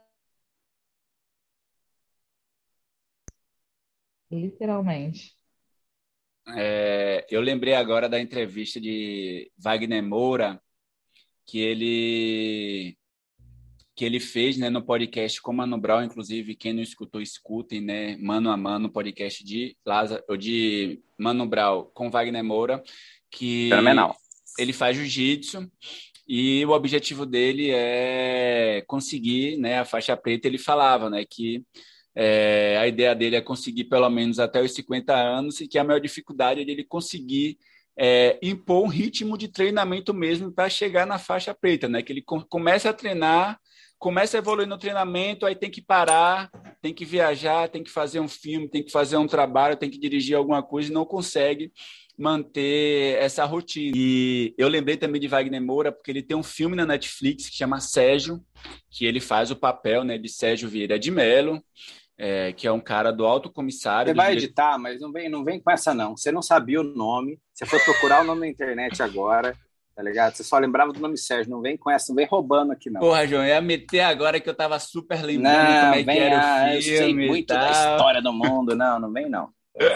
literalmente. É, eu lembrei agora da entrevista de Wagner Moura, que ele que ele fez, né, no podcast com Mano Brown, inclusive quem não escutou, escutem, né, mano a mano, podcast de Lázaro, ou de Mano Brown com Wagner Moura, que Fenomenal. ele faz jiu-jitsu e o objetivo dele é conseguir, né, a faixa preta. Ele falava, né, que a ideia dele é conseguir pelo menos até os 50 anos e que a maior dificuldade é ele conseguir impor um ritmo de treinamento mesmo para chegar na faixa preta, né? Que ele começa a treinar, começa a evoluir no treinamento, aí tem que parar, tem que viajar, tem que fazer um filme, tem que fazer um trabalho, tem que dirigir alguma coisa e não consegue manter essa rotina. E eu lembrei também de Wagner Moura porque ele tem um filme na Netflix que chama Sérgio, que ele faz o papel, né, de Sérgio Vieira de Mello, que é um cara do alto comissário Você do vai direito. editar, mas não vem com essa não. Você não sabia o nome. Você foi procurar o nome na internet agora, tá ligado? Você só lembrava do nome Sérgio. Não vem com essa, não vem roubando aqui não. Porra, João, eu ia meter agora que eu tava super lembrando como Não, é que vem, era o eu sei filme e muito da tal. história do mundo. Não vem não.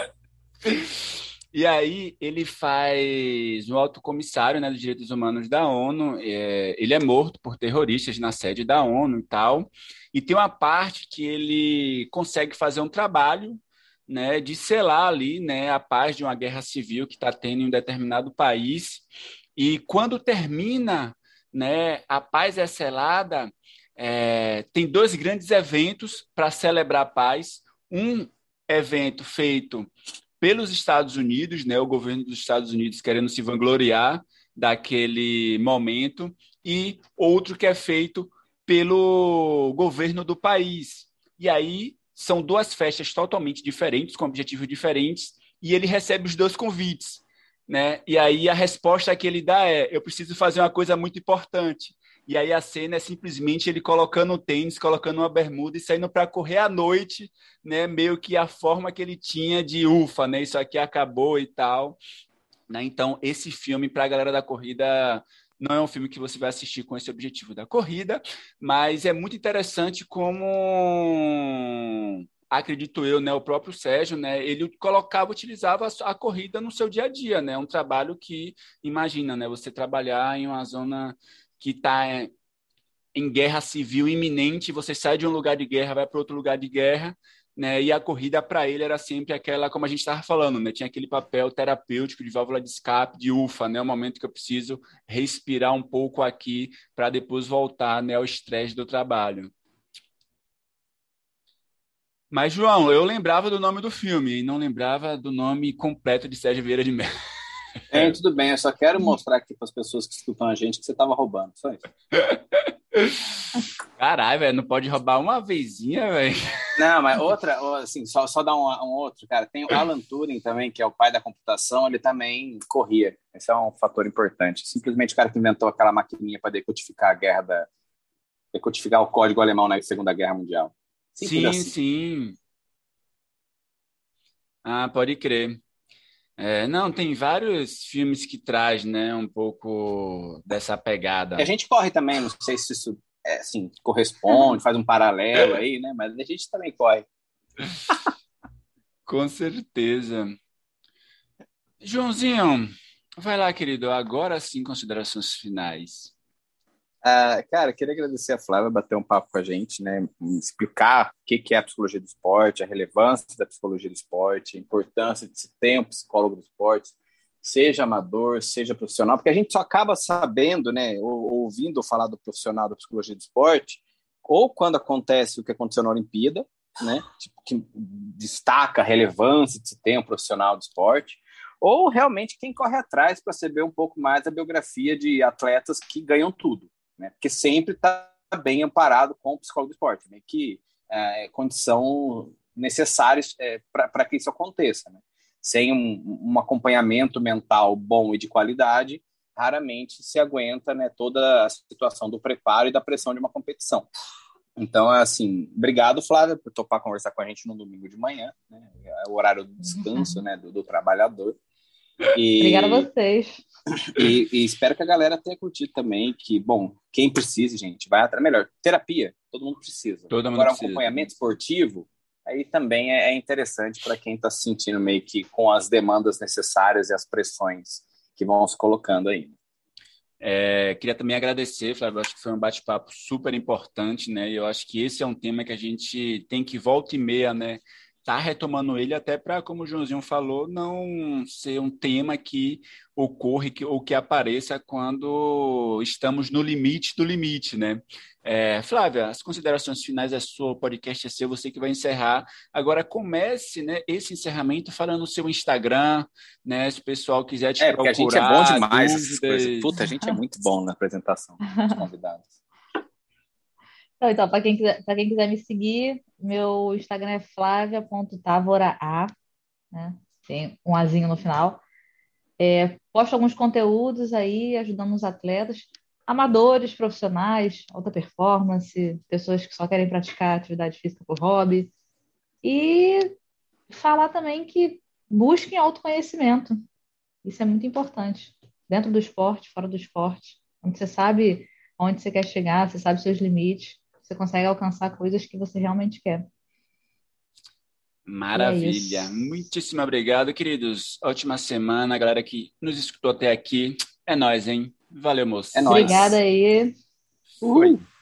E aí ele faz o alto comissário, né, dos direitos humanos da ONU. Ele é morto por terroristas na sede da ONU e tal. E tem uma parte que ele consegue fazer um trabalho, né, de selar ali, né, a paz de uma guerra civil que está tendo em um determinado país. E quando termina, né, a paz é selada, tem dois grandes eventos para celebrar a paz. Um evento feito pelos Estados Unidos, né, o governo dos Estados Unidos querendo se vangloriar daquele momento, e outro que é feito pelo governo do país. E aí são duas festas totalmente diferentes, com objetivos diferentes, e ele recebe os dois convites, né? E aí a resposta que ele dá é: eu preciso fazer uma coisa muito importante. E aí a cena é simplesmente ele colocando o tênis, colocando uma bermuda e saindo para correr à noite, né? Meio que a forma que ele tinha de ufa, né? Isso aqui acabou e tal, né? Então esse filme para a galera da corrida não é um filme que você vai assistir com esse objetivo da corrida, mas é muito interessante como, acredito eu, né, o próprio Sérgio, né, ele colocava, utilizava a corrida no seu dia a dia, né, um trabalho que, imagina, né, você trabalhar em uma zona que está em guerra civil iminente, você sai de um lugar de guerra, vai para outro lugar de guerra, né? E a corrida para ele era sempre aquela, como a gente estava falando, né? Tinha aquele papel terapêutico de válvula de escape, de ufa, né? O momento que eu preciso respirar um pouco aqui para depois voltar, né, ao estresse do trabalho. Mas, João, eu lembrava do nome do filme e não lembrava do nome completo de Sérgio Vieira de Mello. Tudo bem, eu só quero mostrar aqui para as pessoas que escutam a gente que você estava roubando, só isso. Caralho, velho, não pode roubar uma vezinha, velho. Não, mas outra, assim, só dar um outro, cara. Tem o Alan Turing também, que é o pai da computação, ele também corria. Esse é um fator importante. Simplesmente o cara que inventou aquela maquininha para decodificar o código alemão na Segunda Guerra Mundial. Simples Sim, assim. sim. Ah, pode crer. Não, tem vários filmes que traz, né, um pouco dessa E a pegada. gente corre também, não sei se isso assim, corresponde, faz um paralelo aí, né? Mas a gente também corre. Com certeza. Joãozinho, vai lá, querido. Agora sim, considerações finais. Cara, queria agradecer a Flávia, bater um papo com a gente, né? Explicar o que é a psicologia do esporte, a relevância da psicologia do esporte, a importância de se ter um psicólogo do esporte, seja amador, seja profissional, porque a gente só acaba sabendo, né, ou ouvindo falar do profissional da psicologia do esporte, ou quando acontece o que aconteceu na Olimpíada, né? Tipo, que destaca a relevância de se ter um profissional do esporte, ou realmente quem corre atrás para saber um pouco mais da biografia de atletas que ganham tudo, né? Porque sempre está bem amparado com o psicólogo do esporte, né? Que é condição necessária para que isso aconteça, né? Sem um acompanhamento mental bom e de qualidade, raramente se aguenta, né, toda a situação do preparo e da pressão de uma competição. Então, assim, obrigado, Flávia, por topar conversar com a gente no domingo de manhã, né? É o horário do descanso, né, do trabalhador. Obrigada a E vocês. e espero que a galera tenha curtido também, que, bom, quem precisa, gente, vai atrás. Melhor, terapia, todo mundo precisa. Todo mundo Agora, um precisa. acompanhamento esportivo, aí também é interessante para quem está se sentindo meio que com as demandas necessárias e as pressões que vão se colocando aí. Queria também agradecer, Flávio, acho que foi um bate-papo super importante, né? E eu acho que esse é um tema que a gente tem que volta e meia, né? Tá retomando ele até para, como o Joãozinho falou, não ser um tema que ocorre ou que apareça quando estamos no limite do limite, né? Flávia, as considerações finais é sua, o podcast é seu, você que vai encerrar. Agora comece, né, esse encerramento falando no seu Instagram, né? Se o pessoal quiser te Porque a gente é bom procurar, demais essas coisas. Puta, a dúvidas. gente é muito bom na apresentação dos convidados. Então, para quem quiser me seguir, meu Instagram é flavia.tavoraa, né? Tem um azinho no final. Posto alguns conteúdos aí, ajudando os atletas, amadores, profissionais, alta performance, pessoas que só querem praticar atividade física por hobby. E falar também que busquem autoconhecimento. Isso é muito importante. Dentro do esporte, fora do esporte. Quando você sabe onde você quer chegar, você sabe seus limites, você consegue alcançar coisas que você realmente quer. E é Maravilha. isso. Muitíssimo obrigado, queridos. Ótima semana, galera que nos escutou até aqui. É nóis, hein? Valeu, É moço. Obrigada nóis. aí. Foi.